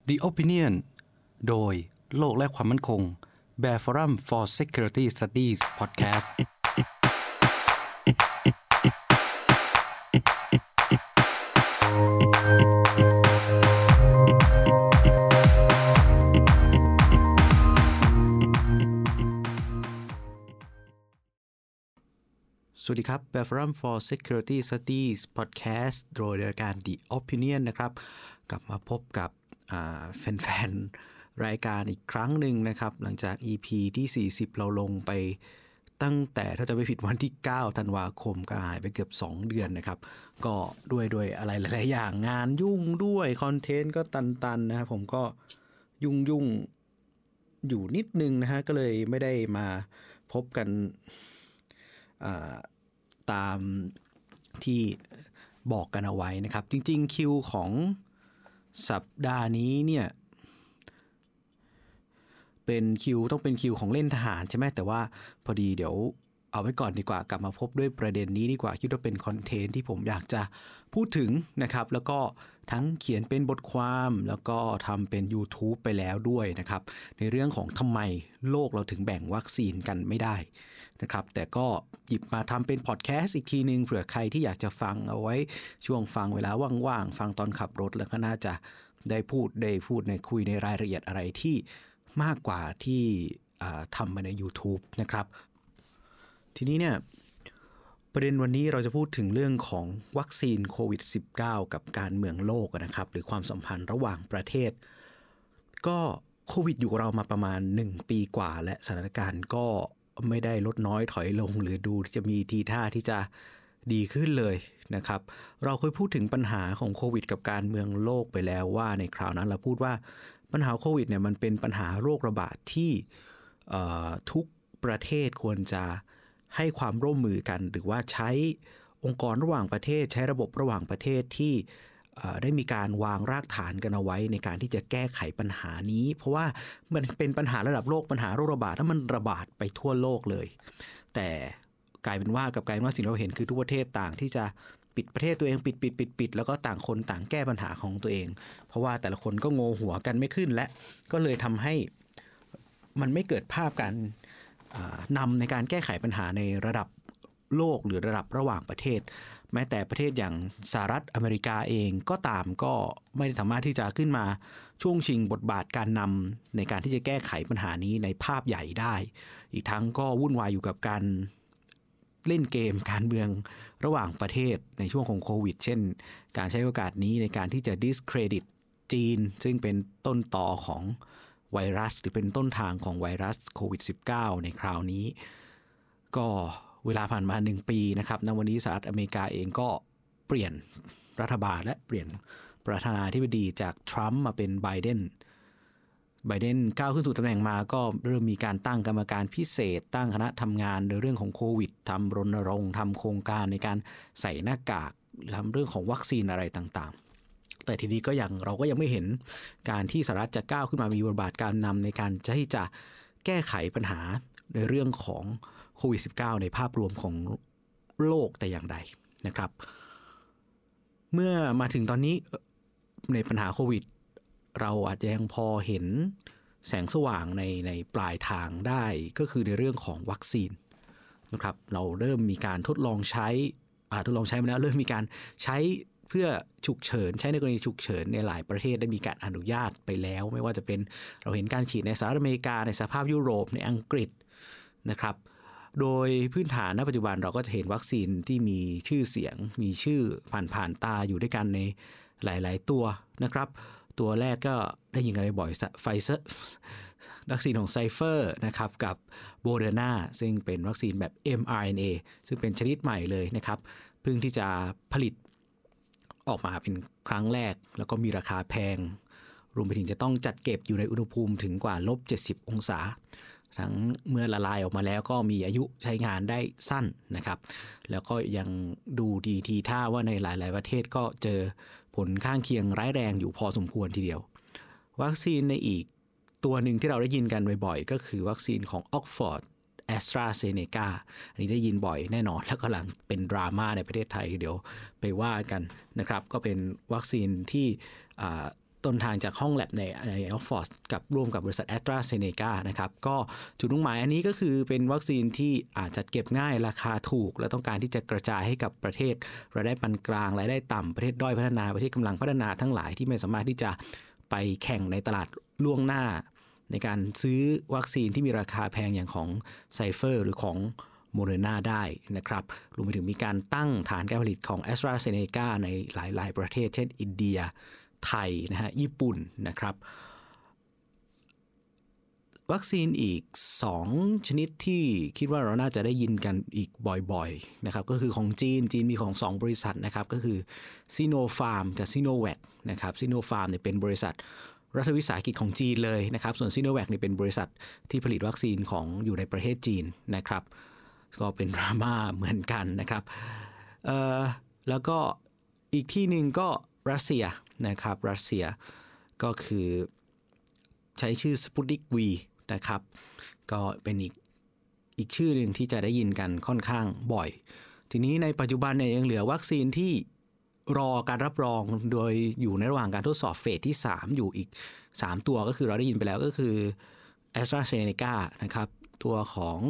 The Opinion โดยโลกและความมั่นคง Bear Forum for Security Studies Podcastสวัสดีครับ Bear Forum for Security Studies Podcast โดยรายการ The Opinion นะครับกลับมาพบกับแฟนๆรายการอีกครั้งหนึ่งนะครับหลังจาก EP ที่40เราลงไปตั้งแต่ถ้าจะไม่ผิดวันที่9ธันวาคมก็หายไปเกือบ2เดือนนะครับก็ด้วยอะไรหลายๆอย่างงานยุ่งด้วยคอนเทนต์ก็ตันๆนะครับผมก็ยุ่งอยู่นิดนึงนะฮะก็เลยไม่ได้มาพบกันตามที่บอกกันเอาไว้นะครับจริงๆคิวของสัปดาห์นี้เนี่ยต้องเป็นคิวของเล่นทหารใช่ไหมแต่ว่าพอดีเดี๋ยวเอาไว้ก่อนดีกว่ากลับมาพบด้วยประเด็นนี้ดีกว่าคิดว่าเป็นคอนเทนต์ที่ผมอยากจะพูดถึงนะครับแล้วก็ทั้งเขียนเป็นบทความแล้วก็ทำเป็น YouTube ไปแล้วด้วยนะครับในเรื่องของทำไมโลกเราถึงแบ่งวัคซีนกันไม่ได้นะครับแต่ก็หยิบมาทำเป็นพอดแคสต์อีกทีนึงเผื่อใครที่อยากจะฟังเอาไว้ช่วงฟังเวลาว่างๆฟังตอนขับรถแล้วก็น่าจะได้พูดในคุยในรายละเอียดอะไรที่มากกว่าที่ทำมาใน YouTube นะครับทีนี้เนี่ยประเด็นวันนี้เราจะพูดถึงเรื่องของวัคซีนโควิด -19 กับการเมืองโลกนะครับหรือความสัมพันธ์ระหว่างประเทศก็โควิดอยู่กับเรามาประมาณ1ปีกว่าและสถานการณ์ก็ไม่ได้ลดน้อยถอยลงหรือดูจะมีทีท่าที่จะดีขึ้นเลยนะครับเราเคยพูดถึงปัญหาของโควิดกับการเมืองโลกไปแล้วว่าในคราวนั้นเราพูดว่าปัญหาโควิดเนี่ยมันเป็นปัญหาโรคระบาดที่ทุกประเทศควรจะให้ความร่วมมือกันหรือว่าใช้องค์กรระหว่างประเทศใช้ระบบระหว่างประเทศที่ได้มีการวางรากฐานกันเอาไว้ในการที่จะแก้ไขปัญหานี้เพราะว่ามันเป็นปัญหาระดับโลกปัญหาโรคระบาดถ้ามันระบาดไปทั่วโลกเลยแต่กลายเป็นว่าสิ่งที่เราเห็นคือทุกประเทศต่างที่จะปิดประเทศตัวเองปิดแล้วก็ต่างคนต่างแก้ปัญหาของตัวเองเพราะว่าแต่ละคนก็โงหัวกันไม่ขึ้นและก็เลยทำให้มันไม่เกิดภาพการนำในการแก้ไขปัญหาในระดับโลกหรือระดับระหว่างประเทศแม้แต่ประเทศอย่างสหรัฐอเมริกาเองก็ตามก็ไม่สามารถที่จะขึ้นมาช่วงชิงบทบาทการนำในการที่จะแก้ไขปัญหานี้ในภาพใหญ่ได้อีกทั้งก็วุ่นวายอยู่กับการเล่นเกมการเมืองระหว่างประเทศในช่วงของโควิดเช่นการใช้โอกาสนี้ในการที่จะ discredit จีนซึ่งเป็นต้นต่อของไวรัสหรือเป็นต้นทางของไวรัสโควิด -19 ในคราวนี้ก็เวลาผ่านมา1ปีนะครับณวันนี้สหรัฐอเมริกาเองก็เปลี่ยนรัฐบาลและเปลี่ยนประธานาธิบดีจากทรัมป์มาเป็นไบเดนก้าวขึ้นสู่ตำแหน่งมาก็เริ่มมีการตั้งกรรมการพิเศษตั้งคณะทำงานในเรื่องของโควิดทำรณรงค์ทำโครงการในการใส่หน้ากากทำเรื่องของวัคซีนอะไรต่างๆแต่ทีนี้เราก็ยังไม่เห็นการที่สหรัฐจะก้าวขึ้นมามีบทบาทการนำในการที่จะแก้ไขปัญหาในเรื่องของโควิด -19 ในภาพรวมของโลกแต่อย่างใดนะครับเมื่อมาถึงตอนนี้ในปัญหาโควิดเราอาจจะยังพอเห็นแสงสว่างในปลายทางได้ก็คือในเรื่องของวัคซีนนะครับเราเริ่มมีการทดลองใช้มาแล้วเริ่มมีการใช้เพื่อฉุกเฉินใช้ในกรณีฉุกเฉินในหลายประเทศได้มีการอนุญาตไปแล้วไม่ว่าจะเป็นเราเห็นการฉีดในสหรัฐอเมริกาในสหภาพยุโรปในอังกฤษนะครับโดยพื้นฐานณปัจจุบันเราก็จะเห็นวัคซีนที่มีชื่อเสียงมีชื่อผ่านตาอยู่ด้วยกันในหลายๆตัวนะครับตัวแรกก็ได้ยินกันบ่อยไฟเซอร์วัคซีนของไซเฟอร์นะครับกับโมเดอร์นาซึ่งเป็นวัคซีนแบบ mRNA ซึ่งเป็นชนิดใหม่เลยนะครับเพิ่งที่จะผลิตออกมาเป็นครั้งแรกแล้วก็มีราคาแพงรวมไปถึงจะต้องจัดเก็บอยู่ในอุณหภูมิถึงกว่า-70 องศาทั้งเมื่อละลายออกมาแล้วก็มีอายุใช้งานได้สั้นนะครับแล้วก็ยังดูดีทีท่าว่าในหลายๆประเทศก็เจอผลข้างเคียงร้ายแรงอยู่พอสมควรทีเดียววัคซีนในอีกตัวหนึ่งที่เราได้ยินกันบ่อยๆก็คือวัคซีนของ Oxford AstraZeneca อันนี้ได้ยินบ่อยแน่นอนแล้วก็หลังเป็นดราม่าในประเทศไทยเดี๋ยวไปว่ากันนะครับก็เป็นวัคซีนที่ต้นทางจากห้องแลบในออกฟอร์ดกับร่วมกับบริษัท AstraZeneca นะครับก็จุดมุ่งหมายอันนี้ก็คือเป็นวัคซีนที่อาจจัดเก็บง่ายราคาถูกและต้องการที่จะกระจายให้กับประเทศรายได้ปานกลางรายได้ต่ำประเทศด้อยพัฒนาประเทศกำลังพัฒนาทั้งหลายที่ไม่สามารถที่จะไปแข่งในตลาดล่วงหน้าในการซื้อวัคซีนที่มีราคาแพงอย่างของไซเฟอร์หรือของโมเดอร์นาได้นะครับรวมไปถึงมีการตั้งฐานการผลิตของ AstraZeneca ในหลายประเทศเช่นอินเดียไทยนะฮะญี่ปุ่นนะครับวัคซีนอีก2ชนิดที่คิดว่าเราน่าจะได้ยินกันอีกบ่อยๆนะครับก็คือของจีนมีของ2บริษัทนะครับก็คือซิโนฟาร์มกับซิโนแวคนะครับซิโนฟาร์มเนี่ยเป็นบริษัทรัฐวิสาหกิจของจีนเลยนะครับส่วนซิโนแวคเนี่ยเป็นบริษัทที่ผลิตวัคซีนของอยู่ในประเทศจีนนะครับก็เป็นดราม่าเหมือนกันนะครับแล้วก็อีกที่หนึ่งก็รัสเซียนะครับรัสเซียก็คือใช้ชื่อ Sputnik V นะครับก็เป็นอีกชื่อหนึ่งที่จะได้ยินกันค่อนข้างบ่อยทีนี้ในปัจจุบันเนี่ยยังเหลือวัคซีนที่รอการรับรองโดยอยู่ในระหว่างการทดสอบเฟสที่3อยู่อีก3ตัวก็คือเราได้ยินไปแล้วก็คือ AstraZeneca นะครับตัวของ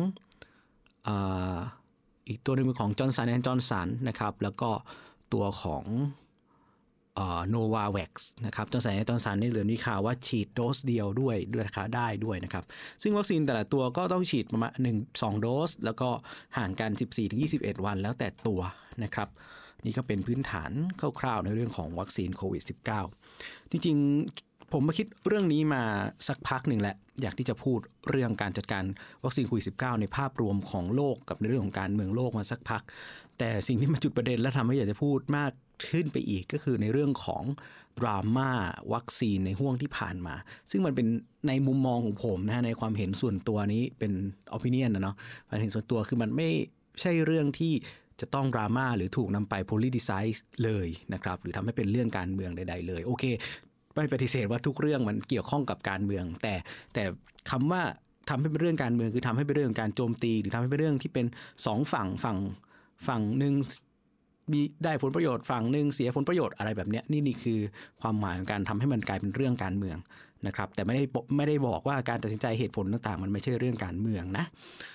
อีกตัวนึงเป็นของ Johnson & Johnson นะครับแล้วก็ตัวของNovavax นะครับJohnson &นี่เหลือมีข่าวว่าฉีดโดสเดียวด้วยราคาได้ด้วยนะครับซึ่งวัคซีนแต่ละตัวก็ต้องฉีดประมาณ1-2 โดสแล้วก็ห่างกัน 14-21 วันแล้วแต่ตัวนะครับนี่ก็เป็นพื้นฐานคร่าวๆในเรื่องของวัคซีนโควิด -19 จริงๆผมมาคิดเรื่องนี้มาสักพักหนึ่งแหละอยากที่จะพูดเรื่องการจัดการวัคซีนโควิด -19 ในภาพรวมของโลกกับในเรื่องของการเมืองโลกมาสักพักแต่สิ่งที่มาจุดประเด็นและทำให้อยากจะพูดมากขึ้นไปอีกก็คือในเรื่องของดราม่าวัคซีนในห่วงที่ผ่านมาซึ่งมันเป็นในมุมมองของผมนะฮะในความเห็นส่วนตัวนี้เป็น opinion นะเนาะความเห็นส่วนตัวคือมันไม่ใช่เรื่องที่จะต้องดราม่าหรือถูกนำไป politicize เลยนะครับหรือทำให้เป็นเรื่องการเมืองใดๆเลยโอเคไม่ปฏิเสธว่าทุกเรื่องมันเกี่ยวข้องกับการเมืองแต่คำว่าทำให้เป็นเรื่องการเมืองคือทำให้เป็นเรื่องการโจมตีหรือทำให้เป็นเรื่องที่เป็น2ฝั่งหนึ่งมีได้ผลประโยชน์ฝั่งหนึ่งเสียผลประโยชน์อะไรแบบนี้นี่คือความหมายของการทำให้มันกลายเป็นเรื่องการเมืองนะครับแต่ไม่ได้บอกว่าการตัดสินใจเหตุผลต่างๆมันไม่ใช่เรื่องการเมืองนะ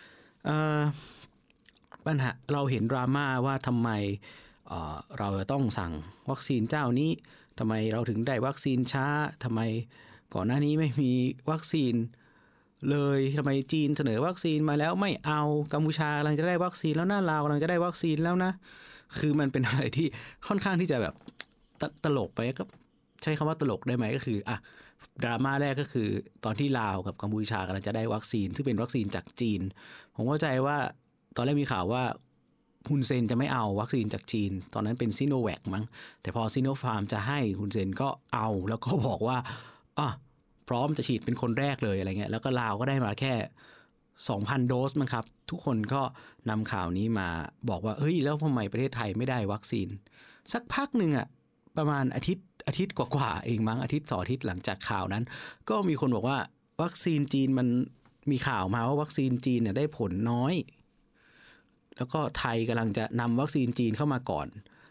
ปัญหาเราเห็นดราม่าว่าทำไมเราจะต้องสั่งวัคซีนเจ้านี้ทำไมเราถึงได้วัคซีนช้าทำไมก่อนหน้านี้ไม่มีวัคซีนเลยทำไมจีนเสนอวัคซีนมาแล้วไม่เอากัมพูชากำลังจะได้วัคซีนแล้วนะลาวกำลังจะได้วัคซีนแล้วนะคือมันเป็นอะไรที่ค่อนข้างที่จะแบบตลกไปก็ใช้คำว่าตลกได้ไหมก็คือดราม่าแรกก็คือตอนที่ลาวกับกัมพูชากำลังจะได้วัคซีนซึ่งเป็นวัคซีนจากจีนผมเข้าใจว่าตอนแรกมีข่าวว่าฮุนเซนจะไม่เอาวัคซีนจากจีนตอนนั้นเป็นซิโนแวคมั้งแต่พอซิโนฟาร์มจะให้ฮุนเซนก็เอาแล้วก็บอกว่าพร้อมจะฉีดเป็นคนแรกเลยอะไรเงี้ยแล้วก็ลาวก็ได้มาแค่ 2,000 โดสมั้งครับทุกคนก็นำข่าวนี้มาบอกว่าเฮ้ยแล้วทำไมประเทศไทยไม่ได้วัคซีนสักพักหนึ่งประมาณอาทิตย์กว่าๆเองมั้งอาทิตย์2 อาทิตย์หลังจากข่าวนั้นก็มีคนบอกว่าวัคซีนจีนมันมีข่าวมาว่าวัคซีนจีนเนี่ยได้ผลน้อยแล้วก็ไทยกำลังจะนำวัคซีนจีนเข้ามาก่อน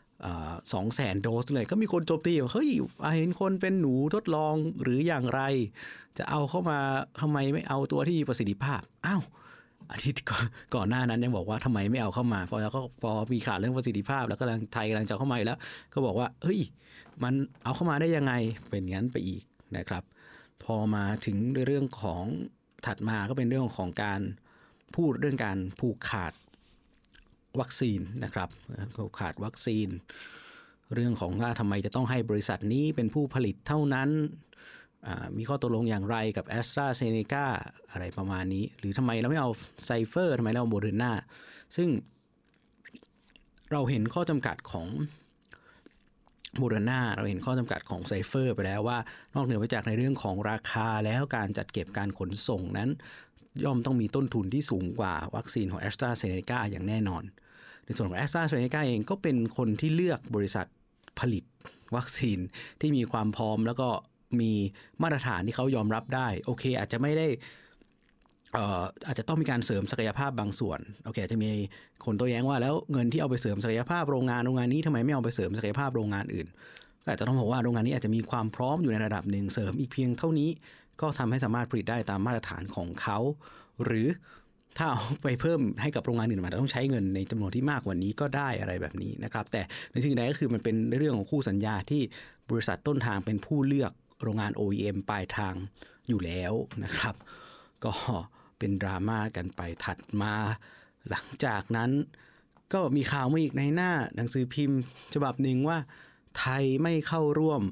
200,000 โดสเลยก็มีคนโจมตีว่าเฮ้ยเห็นคนเป็นหนูทดลองหรืออย่างไรจะเอาเข้ามาทำไมไม่เอาตัวที่มีประสิทธิภาพอาทิตย์ก่อนหน้านั้นยังบอกว่าทำไมไม่เอาเข้ามาพอมีข่าวเรื่องประสิทธิภาพแล้วก็ไทยกำลังจะเข้ามาแล้วก็บอกว่าเฮ้ยมันเอาเข้ามาได้ยังไงเป็นงั้นไปอีกนะครับพอมาถึงเรื่องของถัดมาก็เป็นเรื่องของการพูดเรื่องการผูกขาดวัคซีนนะครับขาดวัคซีนเรื่องของว่าทำไมจะต้องให้บริษัทนี้เป็นผู้ผลิตเท่านั้นมีข้อตกลงอย่างไรกับ AstraZeneca อะไรประมาณนี้หรือทำไมเราไม่เอาไซเฟอร์ทำไมเราเอาโมเดอร์นาซึ่งเราเห็นข้อจำกัดของโมเดอร์นาเราเห็นข้อจำกัดของไซเฟอร์ไปแล้วว่านอกเหนือไปจากในเรื่องของราคาแล้วการจัดเก็บการขนส่งนั้นย่อมต้องมีต้นทุนที่สูงกว่าวัคซีนของ AstraZeneca อย่างแน่นอนในส่วนของ AstraZeneca เองก็เป็นคนที่เลือกบริษัทผลิตวัคซีนที่มีความพร้อมแล้วก็มีมาตรฐานที่เขายอมรับได้โอเคอาจจะไม่ได้อาจจะต้องมีการเสริมศักยภาพบางส่วนโอเคอาจจะมีคนโต้แย้งว่าแล้วเงินที่เอาไปเสริมศักยภาพโรงงานนี้ทำไมไม่เอาไปเสริมศักยภาพโรงงานอื่นอาจจะต้องบอกว่าโรงงานนี้อาจจะมีความพร้อมอยู่ในระดับหนึ่งเสริมอีกเพียงเท่านี้ก็ทำให้สามารถผลิตได้ตามมาตรฐานของเขาหรือถ้าเอาไปเพิ่มให้กับโรงงานอื่นมาต้องใช้เงินในจำนวนที่มากกว่านี้ก็ได้อะไรแบบนี้นะครับแต่ในสิ่งใดก็คือมันเป็นเรื่องของคู่สัญญาที่บริษัทต้นทางเป็นผู้เลือกโรงงาน OEM ปลายทางอยู่แล้วนะครับก็เป็นดราม่ากันไปถัดมาหลังจากนั้นก็มีข่าวมาอีกในหน้าหนังสือพิมพ์ฉบับหนึ่งว่าไทยไม่เข้าร่วม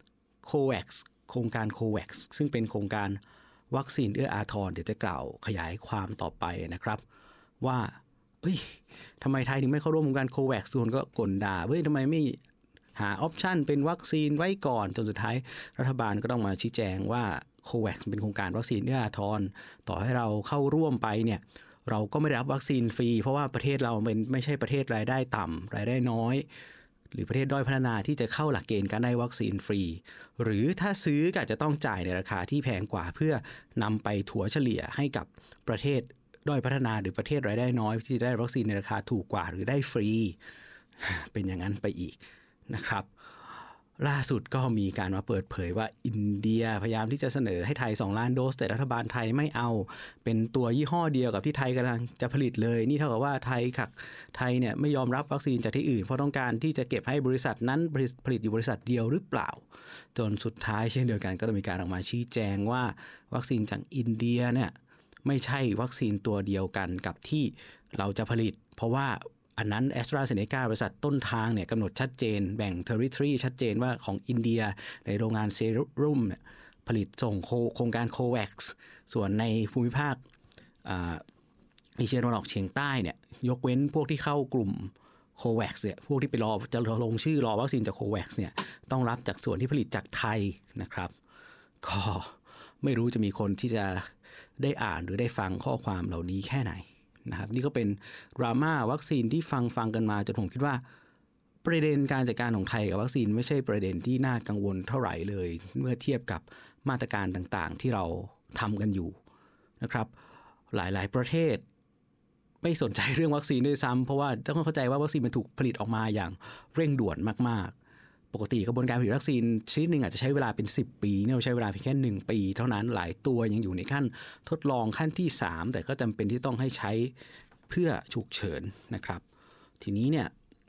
COVAX โครงการ COVAX ซึ่งเป็นโครงการวัคซีนเอื้ออาทรเดี๋ยวจะกล่าวขยายความต่อไปนะครับว่าทำไมไทยถึงไม่เข้าร่วมโครงการ COVAX ทุกคนก็ก่นด่าทำไมไม่หาออปชันเป็นวัคซีนไว้ก่อนจนสุดท้ายรัฐบาลก็ต้องมาชี้แจงว่า COVAX เป็นโครงการวัคซีนเอื้ออาทรต่อให้เราเข้าร่วมไปเนี่ยเราก็ไม่ได้รับวัคซีนฟรีเพราะว่าประเทศเราไม่ใช่ประเทศรายได้ต่ำรายได้น้อยหรือประเทศด้อยพัฒนาที่จะเข้าหลักเกณฑ์การได้วัคซีนฟรีหรือถ้าซื้อก็อาจจะต้องจ่ายในราคาที่แพงกว่าเพื่อนำไปถัวเฉลี่ยให้กับประเทศด้อยพัฒนาหรือประเทศรายได้น้อยที่จะได้วัคซีนในราคาถูกกว่าหรือได้ฟรีเป็นอย่างนั้นไปอีกนะครับล่าสุดก็มีการมาเปิดเผยว่าอินเดียพยายามที่จะเสนอให้ไทย2ล้านโดสแต่รัฐบาลไทยไม่เอาเป็นตัวยี่ห้อเดียวกับที่ไทยกำลังจะผลิตเลยนี่เท่ากับว่าไทยเนี่ยไม่ยอมรับวัคซีนจากที่อื่นเพราะต้องการที่จะเก็บให้บริษัทนั้นผลิตอยู่บริษัทเดียวหรือเปล่าจนสุดท้ายเช่นเดียวกันก็ต้องมีการออกมาชี้แจงว่าวัคซีนจากอินเดียเนี่ยไม่ใช่วัคซีนตัวเดียวกันกับที่เราจะผลิตเพราะว่าอันนั้น AstraZeneca บริษัทต้นทางเนี่ยกำหนดชัดเจนแบ่ง territory ชัดเจนว่าของอินเดียในโรงงานเซรุ่มเนี่ยผลิตส่งโครงการ COVAX ส่วนในภูมิภาคเอเชียตะวันออกเฉียงใต้เนี่ยยกเว้นพวกที่เข้ากลุ่ม COVAX เนี่ยพวกที่ไปจะลงชื่อรอวัคซีนจาก COVAX เนี่ยต้องรับจากส่วนที่ผลิตจากไทยนะครับก็ไม่รู้จะมีคนที่จะได้อ่านหรือได้ฟังข้อความเหล่านี้แค่ไหนนะครับนี่ก็เป็นดราม่าวัคซีนที่ฟังกันมาจนผมคิดว่าประเด็นการจัดการของไทยกับวัคซีนไม่ใช่ประเด็นที่น่ากังวลเท่าไหร่เลยเมื่อเทียบกับมาตรการต่างๆที่เราทำกันอยู่นะครับหลายๆประเทศไม่สนใจเรื่องวัคซีนด้วยซ้ำเพราะว่าต้องเข้าใจว่าวัคซีนมันถูกผลิตออกมาอย่างเร่งด่วนมากๆปกติกระบวนการผลิตวัคซีนชนิดหนึ่งอาจจะใช้เวลาเป็น10ปีเนี่ยเราใช้เวลาเพียงแค่1ปีเท่านั้นหลายตัวยังอยู่ในขั้นทดลองขั้นที่3แต่ก็จำเป็นที่ต้องให้ใช้เพื่อฉุกเฉินนะครับทีนี้เนี่ย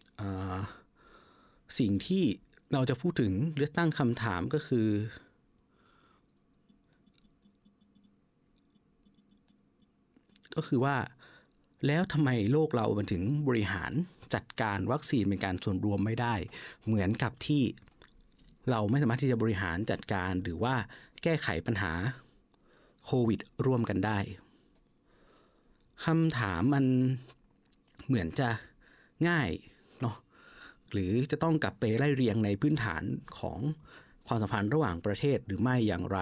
สิ่งที่เราจะพูดถึงหรือตั้งคำถามก็คือว่าแล้วทำไมโลกเรามันถึงบริหารจัดการวัคซีนเป็นการส่วนรวมไม่ได้เหมือนกับที่เราไม่สามารถที่จะบริหารจัดการหรือว่าแก้ไขปัญหาโควิดร่วมกันได้คำถามมันเหมือนจะง่ายเนาะหรือจะต้องกลับไปไล่เรียงในพื้นฐานของความสัมพันธ์ระหว่างประเทศหรือไม่อย่างไร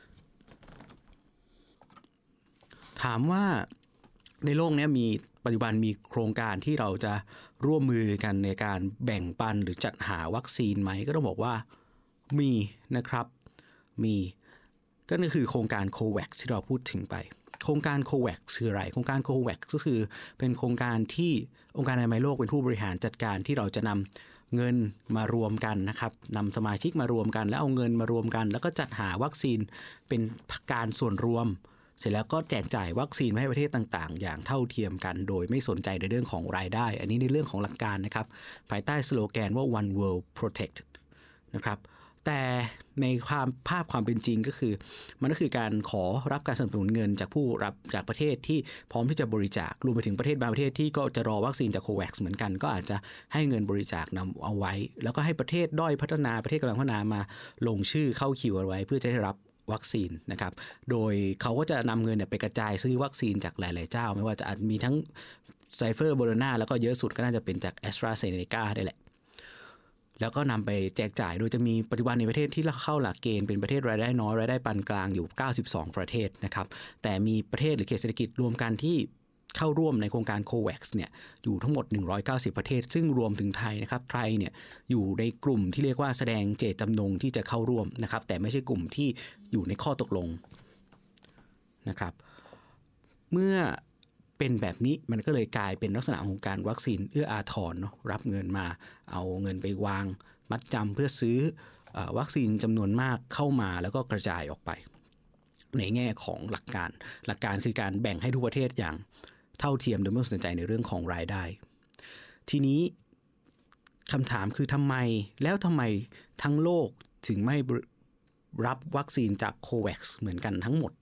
ถามว่าในโลกนี้มีปัจจุบันมีโครงการที่เราจะร่วมมือกันในการแบ่งปันหรือจัดหาวัคซีนไหมก็ต้องบอกว่ามีนะครับมีก็นั่นคือโครงการ COVAX ที่เราพูดถึงไปโครงการ COVAX คืออะไรโครงการ COVAX ก็คือเป็นโครงการที่องค์การอนามัยโลกเป็นผู้บริหารจัดการที่เราจะนำเงินมารวมกันนะครับนำสมาชิกมารวมกันแล้วเอาเงินมารวมกันแล้วก็จัดหาวัคซีนเป็นการส่วนรวมเสร็จแล้วก็แจกจ่ายวัคซีนให้ประเทศต่างๆอย่างเท่าเทียมกันโดยไม่สนใจในเรื่องของรายได้อันนี้ในเรื่องของหลักการนะครับภายใต้สโลแกนว่า One World Protect นะครับแต่ในภาพความเป็นจริงก็คือมันก็คือการขอรับการสนับสนุนเงินจากผู้รับจากประเทศที่พร้อมที่จะบริจาครวมไปถึงประเทศบางประเทศที่ก็จะรอวัคซีนจาก COVAX เหมือนกันก็อาจจะให้เงินบริจาคนำเอาไว้แล้วก็ให้ประเทศด้อยพัฒนาประเทศกำลังพัฒนามาลงชื่อเข้าคิวเอาไว้เพื่อจะได้รับวัคซีนนะครับโดยเขาก็จะนำเงินไปกระจายซื้อวัคซีนจากหลายๆเจ้าไม่ว่าจะอาจมีทั้งไซเฟอร์โบโรนาแล้วก็เยอะสุดก็น่าจะเป็นจาก AstraZeneca ได้แหละแล้วก็นำไปแจกจ่ายโดยจะมีปัจจุบันในประเทศที่เข้าหลักเกณฑ์เป็นประเทศรายได้น้อยรายได้ปานกลางอยู่92ประเทศนะครับแต่มีประเทศหรือเขตเศรษฐกิจรวมกันที่เข้าร่วมในโครงการ COVAX เนี่ยอยู่ทั้งหมด190ประเทศซึ่งรวมถึงไทยนะครับไทยเนี่ยอยู่ในกลุ่มที่เรียกว่าแสดงเจตจำนงที่จะเข้าร่วมนะครับแต่ไม่ใช่กลุ่มที่อยู่ในข้อตกลงนะครับเมื่อเป็นแบบนี้มันก็เลยกลายเป็นลักษณะของการวัคซีนเอื้ออาทรเนาะรับเงินมาเอาเงินไปวางมัดจำเพื่อซื้อวัคซีนจำนวนมากเข้ามาแล้วก็กระจายออกไปในแง่ของหลักการคือการแบ่งให้ทุกประเทศอย่างเท่าเทียมโดยไม่สนใจในเรื่องของรายได้ทีนี้คำถามคือทำไมทั้งโลกถึงไม่รับวัคซีนจากโควัคซ์เหมือนกันทั้งหมด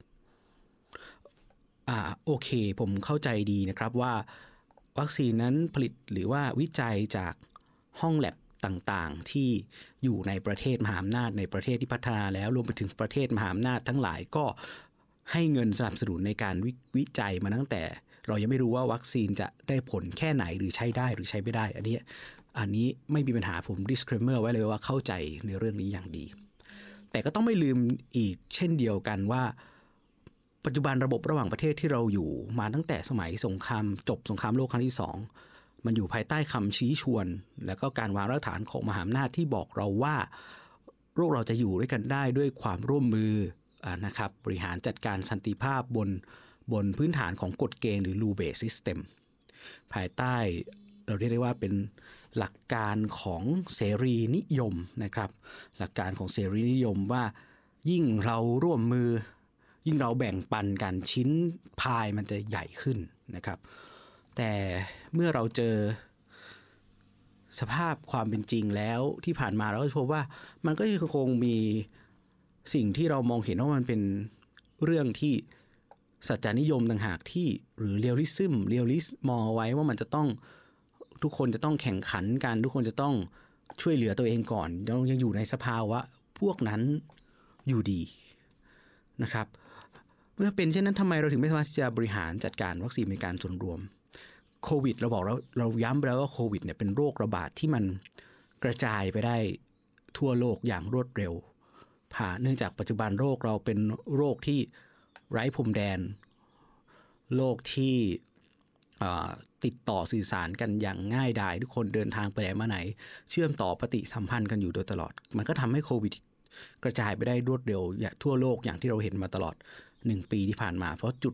โอเคผมเข้าใจดีนะครับว่าวัคซีนนั้นผลิตหรือว่าวิจัยจากห้องแลบต่างๆที่อยู่ในประเทศมหาอำนาจในประเทศที่พัฒนาแล้วรวมไปถึงประเทศมหาอำนาจทั้งหลายก็ให้เงินสนับสนุนในการวิจัยมาตั้งแต่เรายังไม่รู้ว่าวัคซีนจะได้ผลแค่ไหนหรือใช้ได้หรือใช้ไม่ได้อันนี้ไม่มีปัญหาผม disclaimer ไว้เลยว่าเข้าใจในเรื่องนี้อย่างดีแต่ก็ต้องไม่ลืมอีกเช่นเดียวกันว่าปัจจุบันระบบระหว่างประเทศที่เราอยู่มาตั้งแต่สมัยสงครามโลกครั้งที่2มันอยู่ภายใต้คำชี้ชวนและก็การวางรากฐานของมหาอำนาจที่บอกเราว่าโลกเราจะอยู่ด้วยกันได้ด้วยความร่วมมือนะครับบริหารจัดการสันติภาพบนพื้นฐานของกฎเกณฑ์หรือ rule based system ภายใต้เราเรียกได้ว่าเป็นหลักการของเสรีนิยมนะครับหลักการของเสรีนิยมว่ายิ่งเราร่วมมือยิ่งเราแบ่งปันกันชิ้นพายมันจะใหญ่ขึ้นนะครับแต่เมื่อเราเจอสภาพความเป็นจริงแล้วที่ผ่านมาเราก็พบว่ามันก็ยังคงมีสิ่งที่เรามองเห็นว่ามันเป็นเรื่องที่สัจจานิยมต่างหากที่หรือเรียลลิสต์มองไว้ว่ามันจะต้องทุกคนจะต้องแข่งขันกันทุกคนจะต้องช่วยเหลือตัวเองก่อนยังอยู่ในสภาวะพวกนั้นอยู่ดีนะครับเมื่อเป็นเช่นนั้นทำไมเราถึงไม่สามารถที่จะบริหารจัดการวัคซีนเป็นการส่วนรวมโควิดเราย้ำไปแล้วว่าโควิดเนี่ยเป็นโรคระบาดที่มันกระจายไปได้ทั่วโลกอย่างรวดเร็วเนื่องจากปัจจุบันโรคเราเป็นโรคที่ไร้พรมแดนโรคที่ติดต่อสื่อสารกันอย่างง่ายดายทุกคนเดินทางไปไหนมาไหนเชื่อมต่อปฏิสัมพันธ์กันอยู่โดยตลอดมันก็ทำให้โควิดกระจายไปได้รวดเร็วทั่วโลกอย่างที่เราเห็นมาตลอด1 ปีที่ผ่านมาเพราะ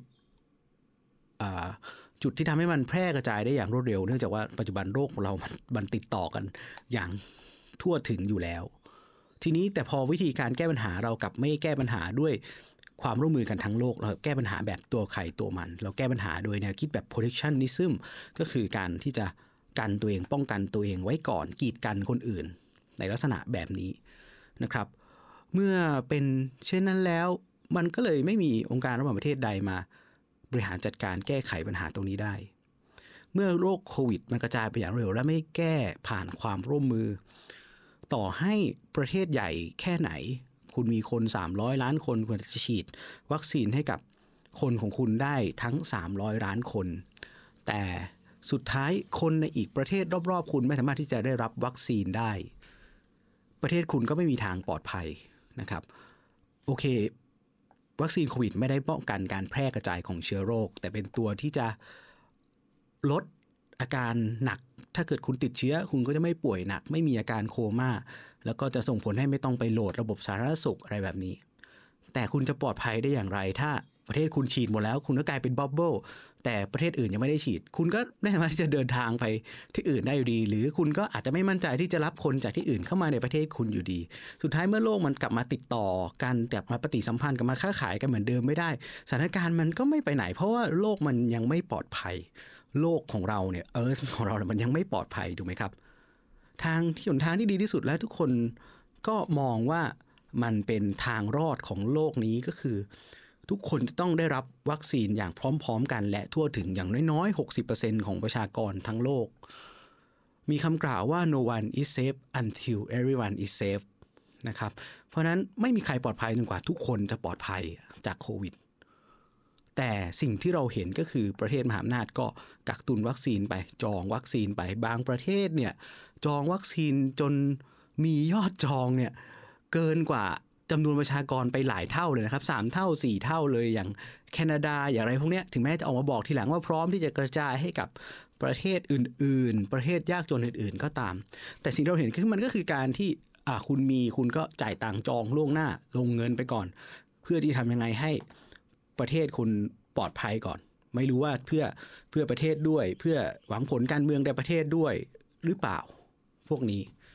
จุดที่ทำให้มันแพร่กระจายได้อย่างรวดเร็วเนื่องจากว่าปัจจุบันโรคของเรามันติดต่อกันอย่างทั่วถึงอยู่แล้วทีนี้แต่พอวิธีการแก้ปัญหาเรากลับไม่แก้ปัญหาด้วยความร่วมมือกันทั้งโลกเราแก้ปัญหาแบบตัวใครตัวมันเราแก้ปัญหาโดยแนวคิดแบบ protectionism ก็คือการที่จะกันตัวเองป้องกันตัวเองไว้ก่อนกีดกันคนอื่นในลักษณะแบบนี้นะครับเมื่อเป็นเช่นนั้นแล้วมันก็เลยไม่มีองค์การระหว่างประเทศใดมาบริหารจัดการแก้ไขปัญหาตรงนี้ได้เมื่อโรคโควิดมันกระจายไปอย่างเร็วและไม่แก้ผ่านความร่วมมือต่อให้ประเทศใหญ่แค่ไหนคุณมีคน300 ล้านคนควรจะฉีดวัคซีนให้กับคนของคุณได้ทั้ง300 ล้านคนแต่สุดท้ายคนในอีกประเทศรอบๆคุณไม่สามารถที่จะได้รับวัคซีนได้ประเทศคุณก็ไม่มีทางปลอดภัยนะครับโอเควัคซีนโควิดไม่ได้ป้องกันการแพร่กระจายของเชื้อโรคแต่เป็นตัวที่จะลดอาการหนักถ้าเกิดคุณติดเชื้อคุณก็จะไม่ป่วยหนักไม่มีอาการโคม่าแล้วก็จะส่งผลให้ไม่ต้องไปโหลดระบบสาธารณสุขอะไรแบบนี้แต่คุณจะปลอดภัยได้อย่างไรถ้าประเทศคุณฉีดหมดแล้วคุณก็กลายเป็นบับเบิ้ลแต่ประเทศอื่นยังไม่ได้ฉีดคุณก็ไม่สามารถที่จะเดินทางไปที่อื่นได้อยู่ดีหรือคุณก็อาจจะไม่มั่นใจที่จะรับคนจากที่อื่นเข้ามาในประเทศคุณอยู่ดีสุดท้ายเมื่อโลกมันกลับมาติดต่อกันกลับมาปฏิสัมพันธ์กลับมาค้าขายกันเหมือนเดิมไม่ได้สถานการณ์มันก็ไม่ไปไหนเพราะว่าโลกมันยังไม่ปลอดภัยโลกของเราเนี่ยของเราเนี่ยมันยังไม่ปลอดภัยถูกไหมครับหนทางที่ดีที่สุดแล้วทุกคนก็มองว่ามันเป็นทางรอดของโลกนี้ก็คือทุกคนจะต้องได้รับวัคซีนอย่างพร้อมๆกันและทั่วถึงอย่างน้อยๆ 60% ของประชากรทั้งโลกมีคำกล่าวว่า no one is safe until everyone is safe นะครับเพราะนั้นไม่มีใครปลอดภัยจนกว่าทุกคนจะปลอดภัยจากโควิดแต่สิ่งที่เราเห็นก็คือประเทศมหาอำนาจก็กักตุนวัคซีนไปจองวัคซีนไปบางประเทศเนี่ยจองวัคซีนจนมียอดจองเนี่ยเกินกว่าจำนวนประชากรไปหลายเท่าเลยนะครับ3 เท่า 4 เท่าเลยอย่างแคนาดาอย่างไรพวกนี้ถึงแม้จะออกมาบอกทีหลังว่าพร้อมที่จะกระจายให้กับประเทศอื่นๆประเทศยากจนอื่นๆก็ตามแต่สิ่งที่เราเห็นคือมันก็คือการที่คุณก็จ่ายตังค์จองล่วงหน้าลงเงินไปก่อนเพื่อที่ทำยังไงให้ประเทศคุณปลอดภัยก่อนไม่รู้ว่าเพื่อประเทศด้วยเพื่อหวังผลการเมืองในประเทศด้วยหรือเปล่าพวกนี้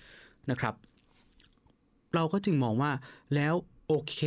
นะครับเราก็จึงมองว่าแล้วโอเค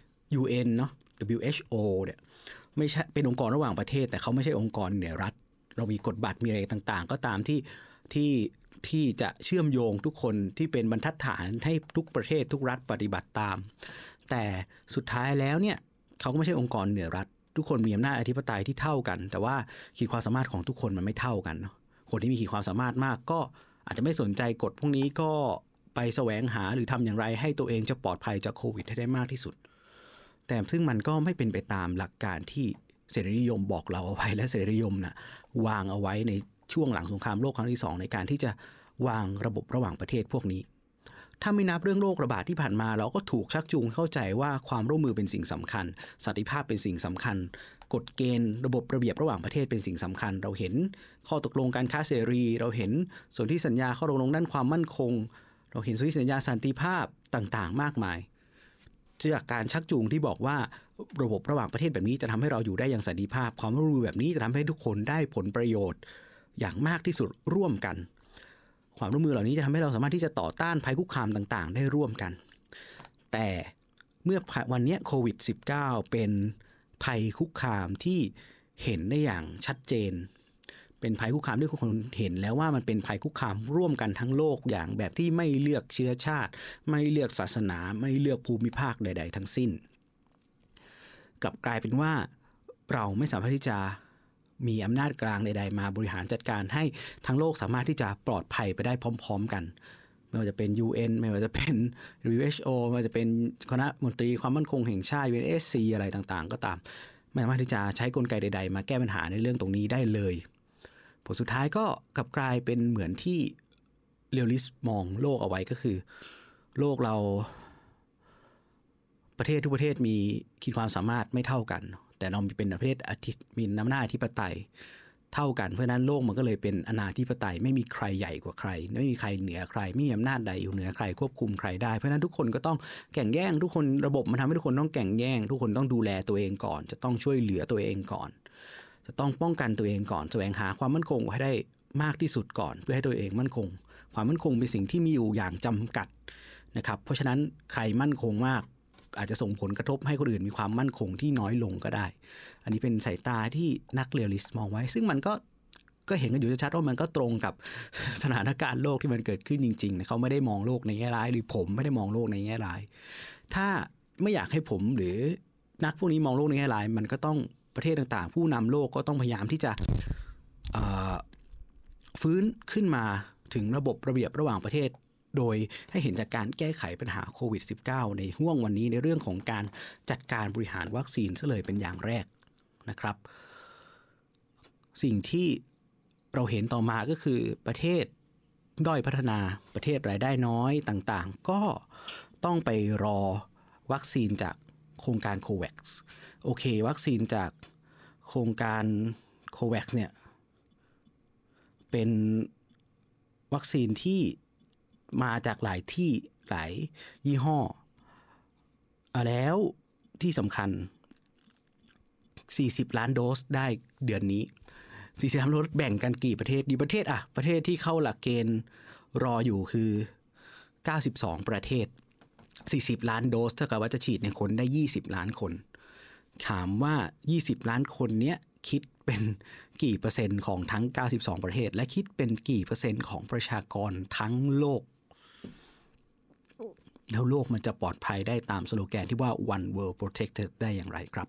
UN เนาะ WHO เนี่ยไม่ใช่เป็นองค์กรระหว่างประเทศแต่เขาไม่ใช่องค์กรเหนือรัฐเรามีกฎบัตรมีอะไรต่างๆก็ตามที่จะเชื่อมโยงทุกคนที่เป็นบรรทัดฐานให้ทุกประเทศทุกรัฐปฏิบัติตามแต่สุดท้ายแล้วเนี่ยเขาก็ไม่ใช่องค์กรเหนือรัฐทุกคนมีอำนาจอธิปไตยที่เท่ากันแต่ว่าขีดความสามารถของทุกคนมันไม่เท่ากันเนาะคนที่มีขีดความสามารถมากก็อาจจะไม่สนใจกฎพวกนี้ก็ไปแสวงหาหรือทำอย่างไรให้ตัวเองจะปลอดภัยจากโควิดให้ได้มากที่สุดแต่ซึ่งมันก็ไม่เป็นไปตามหลักการที่เสรีนิยมบอกเราเอาไว้และเสรีนิยมนะวางเอาไว้ในช่วงหลังสงครามโลกครั้งที่2ในการที่จะวางระบบระหว่างประเทศพวกนี้ถ้าไม่นับเรื่องโรคระบาดที่ผ่านมาเราก็ถูกชักจูงเข้าใจว่าความร่วมมือเป็นสิ่งสำคัญสันติภาพเป็นสิ่งสำคัญกฎเกณฑ์ระบบระเบียบระหว่างประเทศเป็นสิ่งสำคัญเราเห็นข้อตกลงการค้าเสรีเราเห็นสนธิสัญญาข้อตกลงด้านความมั่นคงเราเห็นสนธิสัญญาสันติภาพต่างๆมากมายจากการชักจูงที่บอกว่าระบบระหว่างประเทศแบบนี้จะทำให้เราอยู่ได้อย่างสันติภาพความร่วมมือแบบนี้จะทำให้ทุกคนได้ผลประโยชน์อย่างมากที่สุดร่วมกันความร่วมมือเหล่านี้จะทำให้เราสามารถที่จะต่อต้านภัยคุกคามต่างๆได้ร่วมกันแต่เมื่อวันนี้โควิด -19 เป็นภัยคุกคามที่เห็นได้อย่างชัดเจนเป็นภัยคุกคามที่คนเห็นแล้วว่ามันเป็นภัยคุกคามร่วมกันทั้งโลกอย่างแบบที่ไม่เลือกเชื้อชาติไม่เลือกศาสนาไม่เลือกภูมิภาคใดๆทั้งสิ้นกลับกลายเป็นว่าเราไม่สามารถที่จะมีอำนาจกลางใดๆมาบริหารจัดการให้ทั้งโลกสามารถที่จะปลอดภัยไปได้พร้อมๆกันไม่ว่าจะเป็น UN ไม่ว่าจะเป็น WHO ไม่ว่าจะเป็นคณะมนตรีความมั่นคงแห่งชาติ UNSC อะไรต่างๆก็ตามไม่สามารถที่จะใช้กลไกใดๆมาแก้ปัญหาในเรื่องตรงนี้ได้เลยผลสุดท้ายก็กลับกลายเป็นเหมือนที่เรียลลิสต์มองโลกเอาไว้ก็คือโลกเราประเทศทุกประเทศมีขีดความสามารถไม่เท่ากันแต่เราเป็นประเทศมีอำนาจอธิปไตยเท่ากันเพราะนั้นโลกมันก็เลยเป็นอนาธิปไตยไม่มีใครใหญ่กว่าใครไม่มีใครเหนือใครไม่มีอำนาจใดอยู่เหนือใครควบคุมใครได้เพราะนั้นทุกคนก็ต้องแข่งแย่งทุกคนระบบมันทำให้ทุกคนต้องแข่งแย่งทุกคนต้องดูแลตัวเองก่อนจะต้องช่วยเหลือตัวเองก่อนจะต้องป้องกันตัวเองก่อนแสวงหาความมั่นคงให้ได้มากที่สุดก่อนเพื่อให้ตัวเองมั่นคงความมั่นคงเป็นสิ่งที่มีอยู่อย่างจำกัดนะครับเพราะฉะนั้นใครมั่นคงมากอาจจะส่งผลกระทบให้คนอื่นมีความมั่นคงที่น้อยลงก็ได้อันนี้เป็นสายตาที่นักเรียลลิสต์มองไว้ซึ่งมันก็เห็นกันอยู่ชัดๆว่ามันก็ตรงกับสถานการณ์โลกที่มันเกิดขึ้นจริงๆนะเขาไม่ได้มองโลกในแง่ร้ายหรือผมไม่ได้มองโลกในแง่ร้ายถ้าไม่อยากให้ผมหรือนักพวกนี้มองโลกในแง่ร้ายมันก็ต้องประเทศต่างๆผู้นำโลกก็ต้องพยายามที่จะฟื้นขึ้นมาถึงระบบระเบียบระหว่างประเทศโดยให้เห็นจากการแก้ไขปัญหาโควิด -19 ในห่วงวันนี้ในเรื่องของการจัดการบริหารวัคซีนซะเลยเป็นอย่างแรกนะครับสิ่งที่เราเห็นต่อมาก็คือประเทศด้อยพัฒนาประเทศรายได้น้อยต่างๆก็ต้องไปรอวัคซีนจากโครงการโคแว็กซ์โอเควัคซีนจากโครงการโคแว็กซ์เนี่ยเป็นวัคซีนที่มาจากหลายที่หลายยี่ห้อแล้วที่สำคัญ40ล้านโดสได้เดือนนี้40ล้านโดสแบ่งกันกี่ประเทศดีประเทศประเทศที่เข้าหลักเกณฑ์รออยู่คือ92ประเทศ40ล้านโดสเท่ากับว่าจะฉีดในคนได้20ล้านคนถามว่า20ล้านคนเนี้ยคิดเป็นกี่เปอร์เซ็นต์ของทั้ง92ประเทศและคิดเป็นกี่เปอร์เซ็นต์ของประชากรทั้งโลกแล้วโลกมันจะปลอดภัยได้ตามสโลแกนที่ว่า One World Protected ได้อย่างไรครับ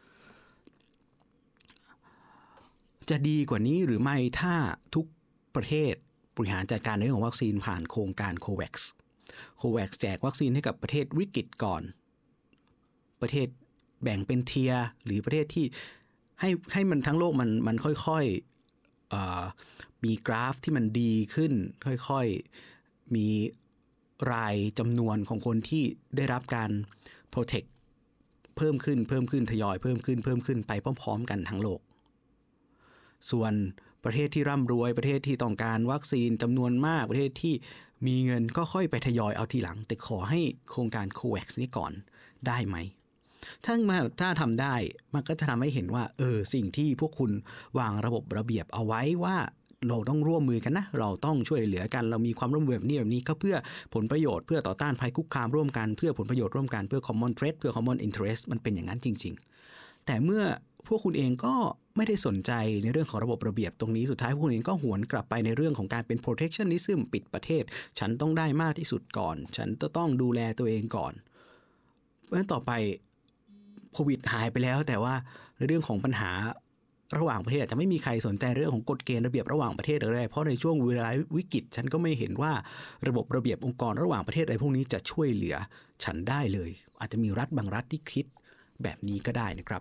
จะดีกว่านี้หรือไม่ถ้าทุกประเทศบริหารจัดการในเรื่องของวัคซีนผ่านโครงการโคแว็กซ์แจกวัคซีนให้กับประเทศวิกฤตก่อนประเทศแบ่งเป็นเทียร์หรือประเทศที่ให้มันทั้งโลกมันค่อยๆมีกราฟที่มันดีขึ้นค่อยๆมีรายจำนวนของคนที่ได้รับการ protect เพิ่มขึ้นทยอยเพิ่มขึ้นไปพร้อมๆกันทั้งโลกส่วนประเทศที่ร่ำรวยประเทศที่ต้องการวัคซีนจำนวนมากประเทศที่มีเงินก็ค่อยไปทยอยเอาทีหลังแต่ขอให้โครงการโคแว็กซ์นี้ก่อนได้ไหมถ้าทำได้มันก็จะทำให้เห็นว่าสิ่งที่พวกคุณวางระบบระเบียบเอาไว้ว่าเราต้องร่วมมือกันนะเราต้องช่วยเหลือกันเรามีความร่วมมือแบบนี้ก็เพื่อผลประโยชน์เพื่อต่อต้านภัยคุกคามร่วมกันเพื่อผลประโยชน์ร่วมกันเพื่อ common threat เพื่อ common interest มันเป็นอย่างนั้นจริงๆแต่เมื่อพวกคุณเองก็ไม่ได้สนใจในเรื่องของระบบระเบียบตรงนี้สุดท้ายพวกคุณเองก็หวนกลับไปในเรื่องของการเป็น protectionism ปิดประเทศฉันต้องได้มากที่สุดก่อนฉันต้องดูแลตัวเองก่อนเพราะฉะนั้นต่อไปโควิดหายไปแล้วแต่ว่าในเรื่องของปัญหาระหว่างประเทศอาจจะไม่มีใครสนใจเรื่องของกฎเกณฑ์ระเบียบระหว่างประเทศอะไรเพราะในช่วงเวลาวิกฤตฉันก็ไม่เห็นว่าระบบระเบียบองค์กรระหว่างประเทศอะไรพวกนี้จะช่วยเหลือฉันได้เลยอาจจะมีรัฐบางรัฐที่คิดแบบนี้ก็ได้นะครับ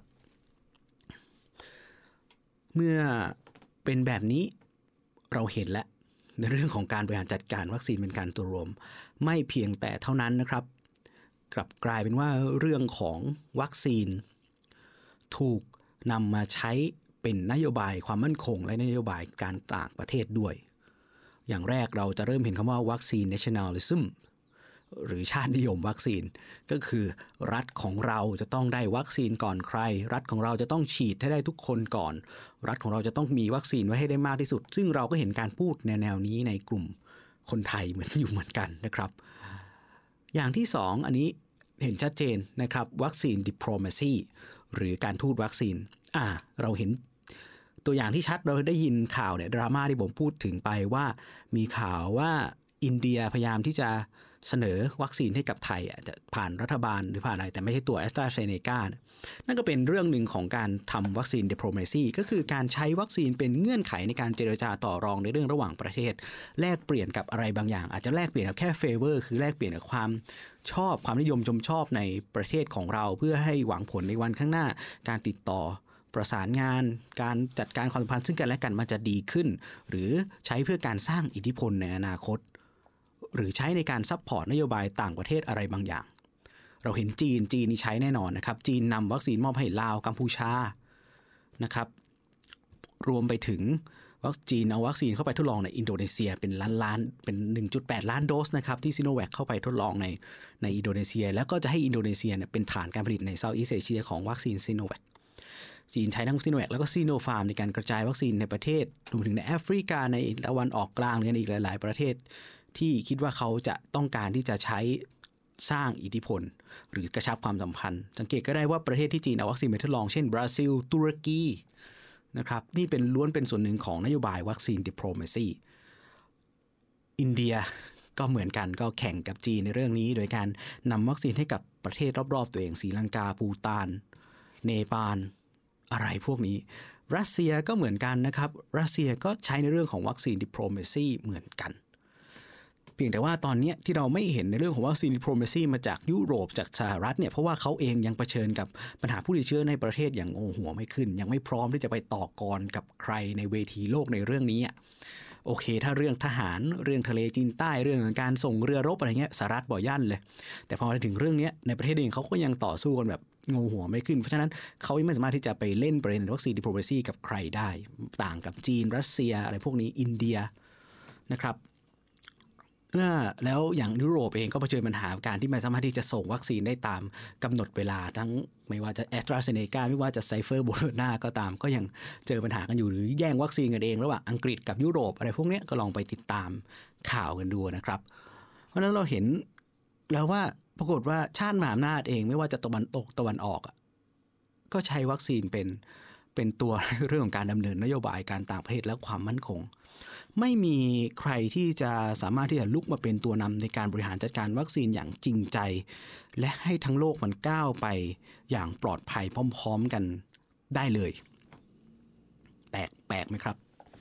เมื่อเป็นแบบนี้เราเห็นแล้วในเรื่องของการบริหารจัดการวัคซีนเป็นการตัวรวมไม่เพียงแต่เท่านั้นนะครับกลับกลายเป็นว่าเรื่องของวัคซีนถูกนำมาใช้เป็นนโยบายความมั่นคงและนโยบายการต่างประเทศด้วยอย่างแรกเราจะเริ่มเห็นคำว่าวัคซีน nationalism หรือชาตินิยมวัคซีนก็คือรัฐของเราจะต้องได้วัคซีนก่อนใครรัฐของเราจะต้องฉีดให้ได้ทุกคนก่อนรัฐของเราจะต้องมีวัคซีนไว้ให้ได้มากที่สุดซึ่งเราก็เห็นการพูดแนวนี้ในกลุ่มคนไทยเหมือนกันนะครับอย่างที่สองอันนี้เห็นชัดเจนนะครับวัคซีน diplomacy หรือการทูตวัคซีนเราเห็นตัวอย่างที่ชัดเราได้ยินข่าวเนี่ยดราม่าที่ผมพูดถึงไปว่ามีข่าวว่าอินเดียพยายามที่จะเสนอวัคซีนให้กับไทยจะผ่านรัฐบาลหรือผ่านอะไรแต่ไม่ใช่ตัว AstraZeneca นั่นก็เป็นเรื่องหนึ่งของการทำวัคซีน diplomacy ก็คือการใช้วัคซีนเป็นเงื่อนไขในการเจรจาต่อรองในเรื่องระหว่างประเทศแลกเปลี่ยนกับอะไรบางอย่างอาจจะแลกเปลี่ยนกับแค่ favor คือแลกเปลี่ยนกับความชอบความนิยมชมชอบในประเทศของเราเพื่อให้หวังผลในวันข้างหน้าการติดต่อประสานงานการจัดการความสัมพันธ์ซึ่งกันและกันมันจะดีขึ้นหรือใช้เพื่อการสร้างอิทธิพลในอนาคตหรือใช้ในการซัพพอร์ตนโยบายต่างประเทศอะไรบางอย่างเราเห็นจีนนี่ใช้แน่นอนนะครับจีนนำวัคซีนมอบให้ลาวกัมพูชานะครับรวมไปถึงจีนเอาวัคซีนเข้าไปทดลองในอินโดนีเซียเป็นล้านเป็น 1.8 ล้านโดสนะครับที่ซิโนแวคเข้าไปทดลองในอินโดนีเซียแล้วก็จะให้อินโดนีเซียเนี่ยเป็นฐานการผลิตในเซาท์อีสต์เอเชียของวัคซีนซิโนแวคจีนใช้ทั้งซิโนแวคแล้วก็ซิโนฟาร์มในการกระจายวัคซีนในประเทศรวมถึงในแอฟริกาในตะวันออกกลางและอีกหลายๆประเทศที่คิดว่าเขาจะต้องการที่จะใช้สร้างอิทธิพลหรือกระชับความสัมพันธ์สังเกตก็ได้ว่าประเทศที่จีนเอาวัคซีนไปทดลองเช่นบราซิลตุรกีนะครับนี่เป็นล้วนเป็นส่วนหนึ่งของนโยบายวัคซีน diplomacy อินเดียก็เหมือนกันก็แข่งกับจีนในเรื่องนี้โดยการนำวัคซีนให้กับประเทศรอบๆตัวเองศรีลังกาภูฏานเนปาลอะไรพวกนี้รัสเซียก็เหมือนกันนะครับรัสเซียก็ใช้ในเรื่องของวัคซีน diplomacy เหมือนกันเพียงแต่ว่าตอนนี้ที่เราไม่เห็นในเรื่องของวัคซีน diplomacy มาจากยุโรปจากสหรัฐเนี่ยเพราะว่าเขาเองยังเผชิญกับปัญหาผู้ติดเชื้อในประเทศอย่างหัวไม่ขึ้นยังไม่พร้อมที่จะไปต่อกรกับใครในเวทีโลกในเรื่องนี้โอเคถ้าเรื่องทหารเรื่องทะเลจีนใต้เรื่องการส่งเรือรบอะไรเงี้ยสหรัฐบ่ยั่นเลยแต่พอถึงเรื่องนี้ในประเทศเองเขาก็ยังต่อสู้กันแบบงูหัวไม่ขึ้นเพราะฉะนั้นเขาไม่สามารถที่จะไปเล่นประเด็นวัคซีน diplomacy กับใครได้ต่างกับจีนรัสเซียอะไรพวกนี้อินเดียนะครับแล้วอย่างยุโรปเองก็เผชิญปัญหาการที่ไม่สามารถที่จะส่งวัคซีนได้ตามกำหนดเวลาทั้งไม่ว่าจะ AstraZeneca ไม่ว่าจะ Pfizer Moderna ก็ตามก็ยังเจอปัญหากันอยู่หรือแย่งวัคซีนกันเองระหว่างอังกฤษกับยุโรปอะไรพวกนี้ก็ลองไปติดตามข่าวกันดูนะครับเพราะฉะนั้นเราเห็นแล้วว่าปรากฏว่าชาติมหาอำนาจเองไม่ว่าจะตะวันตกตะวันออกก็ใช้วัคซีนเป็นตัวเรื่องของการดำเนินนโยบายการต่างประเทศและความมั่นคงไม่มีใครที่จะสามารถที่จะลุกมาเป็นตัวนำในการบริหารจัดการวัคซีนอย่างจริงใจและให้ทั้งโลกมันก้าวไปอย่างปลอดภัยพร้อมๆกันได้เลยแปลกไหมครับ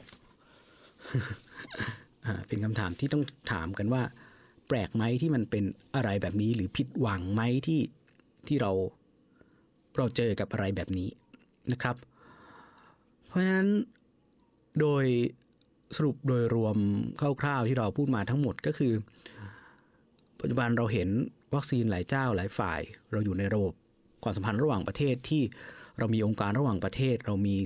เป็นคำถามที่ต้องถามกันว่าแปลกไหมที่มันเป็นอะไรแบบนี้หรือผิดหวังไหมที่เราเจอกับอะไรแบบนี้นะครับเพราะฉะนั้นโดยสรุปโดยรวมคร่าวๆที่เราพูดมาทั้งหมดก็คือปัจจุบันเราเห็นวัคซีนหลายเจ้าหลายฝ่ายเราอยู่ในระบบความสัมพันธ์ระหว่างประเทศที่เรามีองค์การระหว่างประเทศเรามี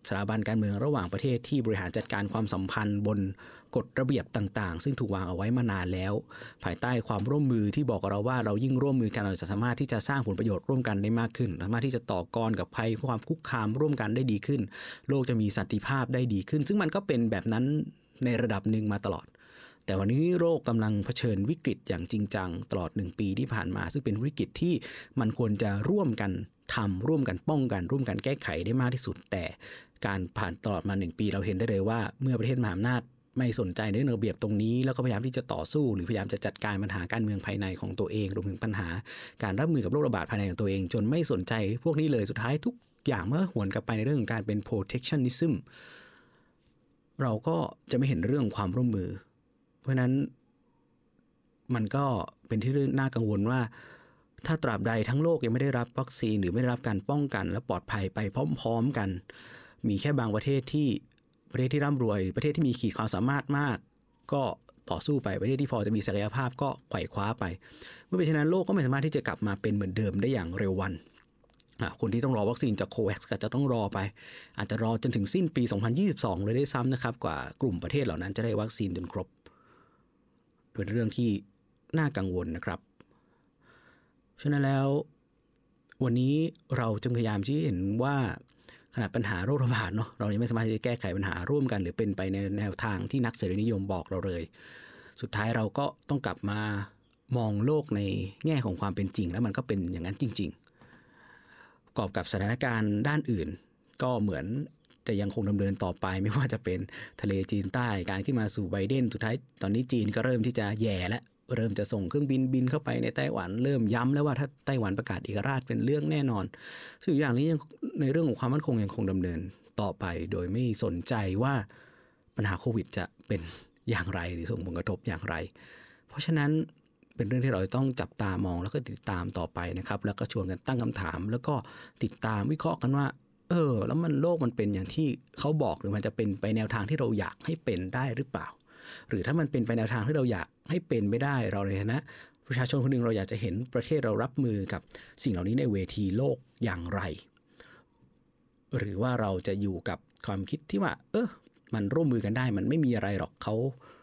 สถาบันการเมืองระหว่างประเทศที่บริหารจัดการความสัมพันธ์บนกฎระเบียบต่างๆซึ่งถูกวางเอาไว้มานานแล้วภายใต้ความร่วมมือที่บอกกับเราว่าเรายิ่งร่วมมือกันเราจะสามารถที่จะสร้างผลประโยชน์ร่วมกันได้มากขึ้นสามารถที่จะต่อกรกับภัยความคุกคามร่วมกันได้ดีขึ้นโลกจะมีสันติภาพได้ดีขึ้นซึ่งมันก็เป็นแบบนั้นในระดับหนึ่งมาตลอดแต่วันนี้โลกกำลังเผชิญวิกฤตอย่างจริงจังตลอด1ปีที่ผ่านมาซึ่งเป็นวิกฤตที่มันควรจะร่วมกันทำร่วมกันป้องกันร่วมกันแก้ไขได้มากที่สุดแต่การผ่านตลอดมา1ปีเราเห็นได้เลยว่าเมื่อประเทศมหาอำนาจไม่สนใจในเรื่องระเบียบตรงนี้แล้วก็พยายามที่จะต่อสู้หรือพยายามจะจัดการปัญหาการเมืองภายในของตัวเองรวมถึงปัญหาการรับมือกับโรคระบาดภายในของตัวเองจนไม่สนใจพวกนี้เลยสุดท้ายทุกอย่างเมื่อหวนกลับไปในเรื่องของการเป็น protectionism เราก็จะไม่เห็นเรื่องความร่วมมือเพราะนั้นมันก็เป็นที่น่ากังวลว่าถ้าตราบใดทั้งโลกยังไม่ได้รับวัคซีนหรือไม่ได้รับการป้องกันและปลอดภัยไปพร้อมๆกันมีแค่บางประเทศที่ร่ำรวยประเทศที่มีขีดความสามารถมากก็ต่อสู้ไปประเทศที่พอจะมีศักยภาพก็ไขว่คว้าไปเมื่อเป็นเช่นนั้นโลกก็ไม่สามารถที่จะกลับมาเป็นเหมือนเดิมได้อย่างเร็ววันคนที่ต้องรอวัคซีนจากโควัคก็จะต้องรอไปอาจจะรอจนถึงสิ้นปี2022เลยได้ซ้ำนะครับกว่ากลุ่มประเทศเหล่านั้นจะได้วัคซีนจนครบเป็นเรื่องที่น่ากังวลนะครับฉะนั้นแล้ววันนี้เราจึงพยายามที่เห็นว่าขนาดปัญหาโรคระบาดเนาะเรายังไม่สามารถที่จะแก้ไขปัญหาร่วมกันหรือเป็นไปในแนวทางที่นักเสรีนิยมบอกเราเลยสุดท้ายเราก็ต้องกลับมามองโลกในแง่ของความเป็นจริงแล้วมันก็เป็นอย่างนั้นจริงๆประกอบกับสถานการณ์ด้านอื่นก็เหมือนจะยังคงดำเนินต่อไปไม่ว่าจะเป็นทะเลจีนใต้การขึ้นมาสู่ไบเดนสุดท้ายตอนนี้จีนก็เริ่มที่จะแย่แล้วเริ่มจะส่งเครื่องบินเข้าไปในไต้หวันเริ่มย้ำแล้วว่าถ้าไต้หวันประกาศเอกราชเป็นเรื่องแน่นอนซึ่งอย่างนี้ยังในเรื่องของความมั่นคงยังคงดำเนินต่อไปโดยไม่สนใจว่าปัญหาโควิดจะเป็นอย่างไรหรือส่งผลกระทบอย่างไรเพราะฉะนั้นเป็นเรื่องที่เราต้องจับตามองแล้วก็ติดตามต่อไปนะครับแล้วก็ชวนกันตั้งคำถามแล้วก็ติดตามวิเคราะห์กันว่าแล้วโลกมันเป็นอย่างที่เขาบอกหรือมันจะเป็นไปแนวทางที่เราอยากให้เป็นได้หรือเปล่าหรือถ้ามันเป็นไปแนวทางที่เราอยากให้เป็นไม่ได้เราในฐานะประชาชนคนหนึ่งเราอยากจะเห็นประเทศเรารับมือกับสิ่งเหล่านี้ในเวทีโลกอย่างไรหรือว่าเราจะอยู่กับความคิดที่ว่ามันร่วมมือกันได้มันไม่มีอะไรหรอกเขา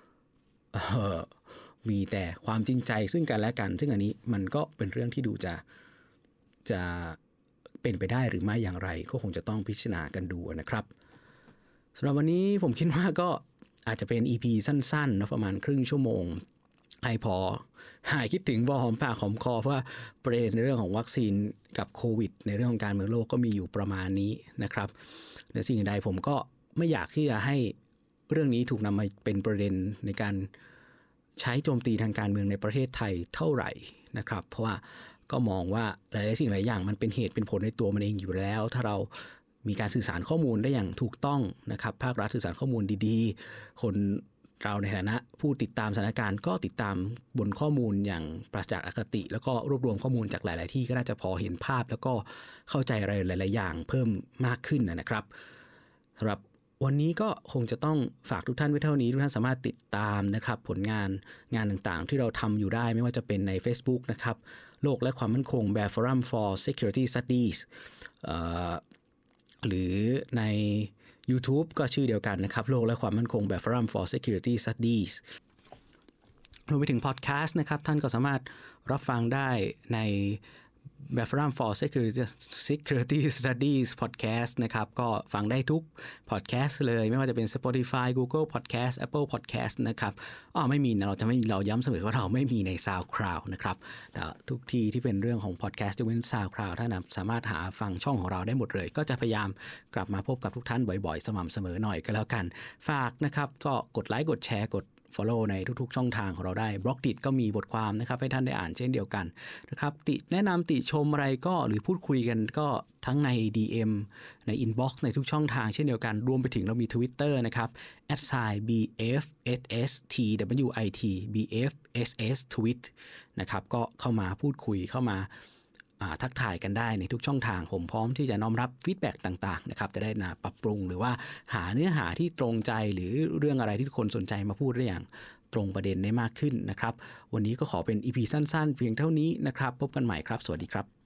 มีแต่ความจริงใจซึ่งกันและกันซึ่งอันนี้มันก็เป็นเรื่องที่ดูจะเป็นไปได้หรือไม่อย่างไรก็คงจะต้องพิจารณากันดูนะครับสำหรับวันนี้ผมคิดว่าก็อาจจะเป็น EP สั้นๆนะประมาณครึ่งชั่วโมงให้พอหายคิดถึงพอหอมปากหอมคอเพราะว่าประเด็นในเรื่องของวัคซีนกับโควิดในเรื่องของการเมืองโลกก็มีอยู่ประมาณนี้นะครับในสิ่งใดผมก็ไม่อยากที่จะให้เรื่องนี้ถูกนำมาเป็นประเด็นในการใช้โจมตีทางการเมืองในประเทศไทยเท่าไหร่นะครับเพราะว่าก็มองว่าหลายๆสิ่งหลายอย่างมันเป็นเหตุเป็นผลในตัวมันเองอยู่แล้วถ้าเรามีการสื่อสารข้อมูลได้อย่างถูกต้องนะครับภาครัฐสื่อสารข้อมูลดีๆคนเราในฐานะผู้ติดตามสถานการณ์ก็ติดตามบนข้อมูลอย่างปราศจากอคติแล้วก็รวบรวมข้อมูลจากหลายๆที่ก็น่าจะพอเห็นภาพแล้วก็เข้าใจอะไรหลายๆอย่างเพิ่มมากขึ้นนะครับสำหรับวันนี้ก็คงจะต้องฝากทุกท่านไว้เท่านี้ทุกท่านสามารถติดตามนะครับผลงานต่างๆที่เราทำอยู่ได้ไม่ว่าจะเป็นใน Facebook นะครับโลกและความมั่นคง Bear Forum for Security Studies หรือใน YouTube ก็ชื่อเดียวกันนะครับโลกและความมั่นคง Bear Forum for Security Studies รวมไปถึงพอดแคสต์นะครับท่านก็สามารถรับฟังได้ใน Bear Forum for Security Studies Podcast นะครับก็ฟังได้ทุก podcast เลยไม่ว่าจะเป็น Spotify Google Podcast Apple Podcast นะครับไม่มีนะเราย้ำเสมอว่าเราไม่มีใน SoundCloud นะครับแต่ทุกที่ที่เป็นเรื่องของ podcast ยกเว้น SoundCloud ท่านสามารถหาฟังช่องของเราได้หมดเลยก็จะพยายามกลับมาพบกับทุกท่านบ่อยๆสม่ำเสมอหน่อยก็แล้วกันฝากนะครับก็กดไลค์กดแชร์กดfollow ในทุกๆช่องทางของเราได้ Blogdit ก็มีบทความนะครับให้ท่านได้อ่านเช่นเดียวกันนะครับแนะนำติชมอะไรก็หรือพูดคุยกันก็ทั้งใน DM ใน Inbox ในทุกช่องทางเช่นเดียวกันรวมไปถึงเรามี Twitter นะครับ @BFSSTWIT BFSS Tweet นะครับก็เข้ามาพูดคุยเข้ามาทักทายกันได้ในทุกช่องทางผมพร้อมที่จะน้อมรับฟีดแบ็กต่างๆนะครับจะได้ปรับปรุงหรือว่าหาเนื้อหาที่ตรงใจหรือเรื่องอะไรที่ทุกคนสนใจมาพูดได้อย่างตรงประเด็นได้มากขึ้นนะครับวันนี้ก็ขอเป็น EP สั้นๆเพียงเท่านี้นะครับพบกันใหม่ครับสวัสดีครับ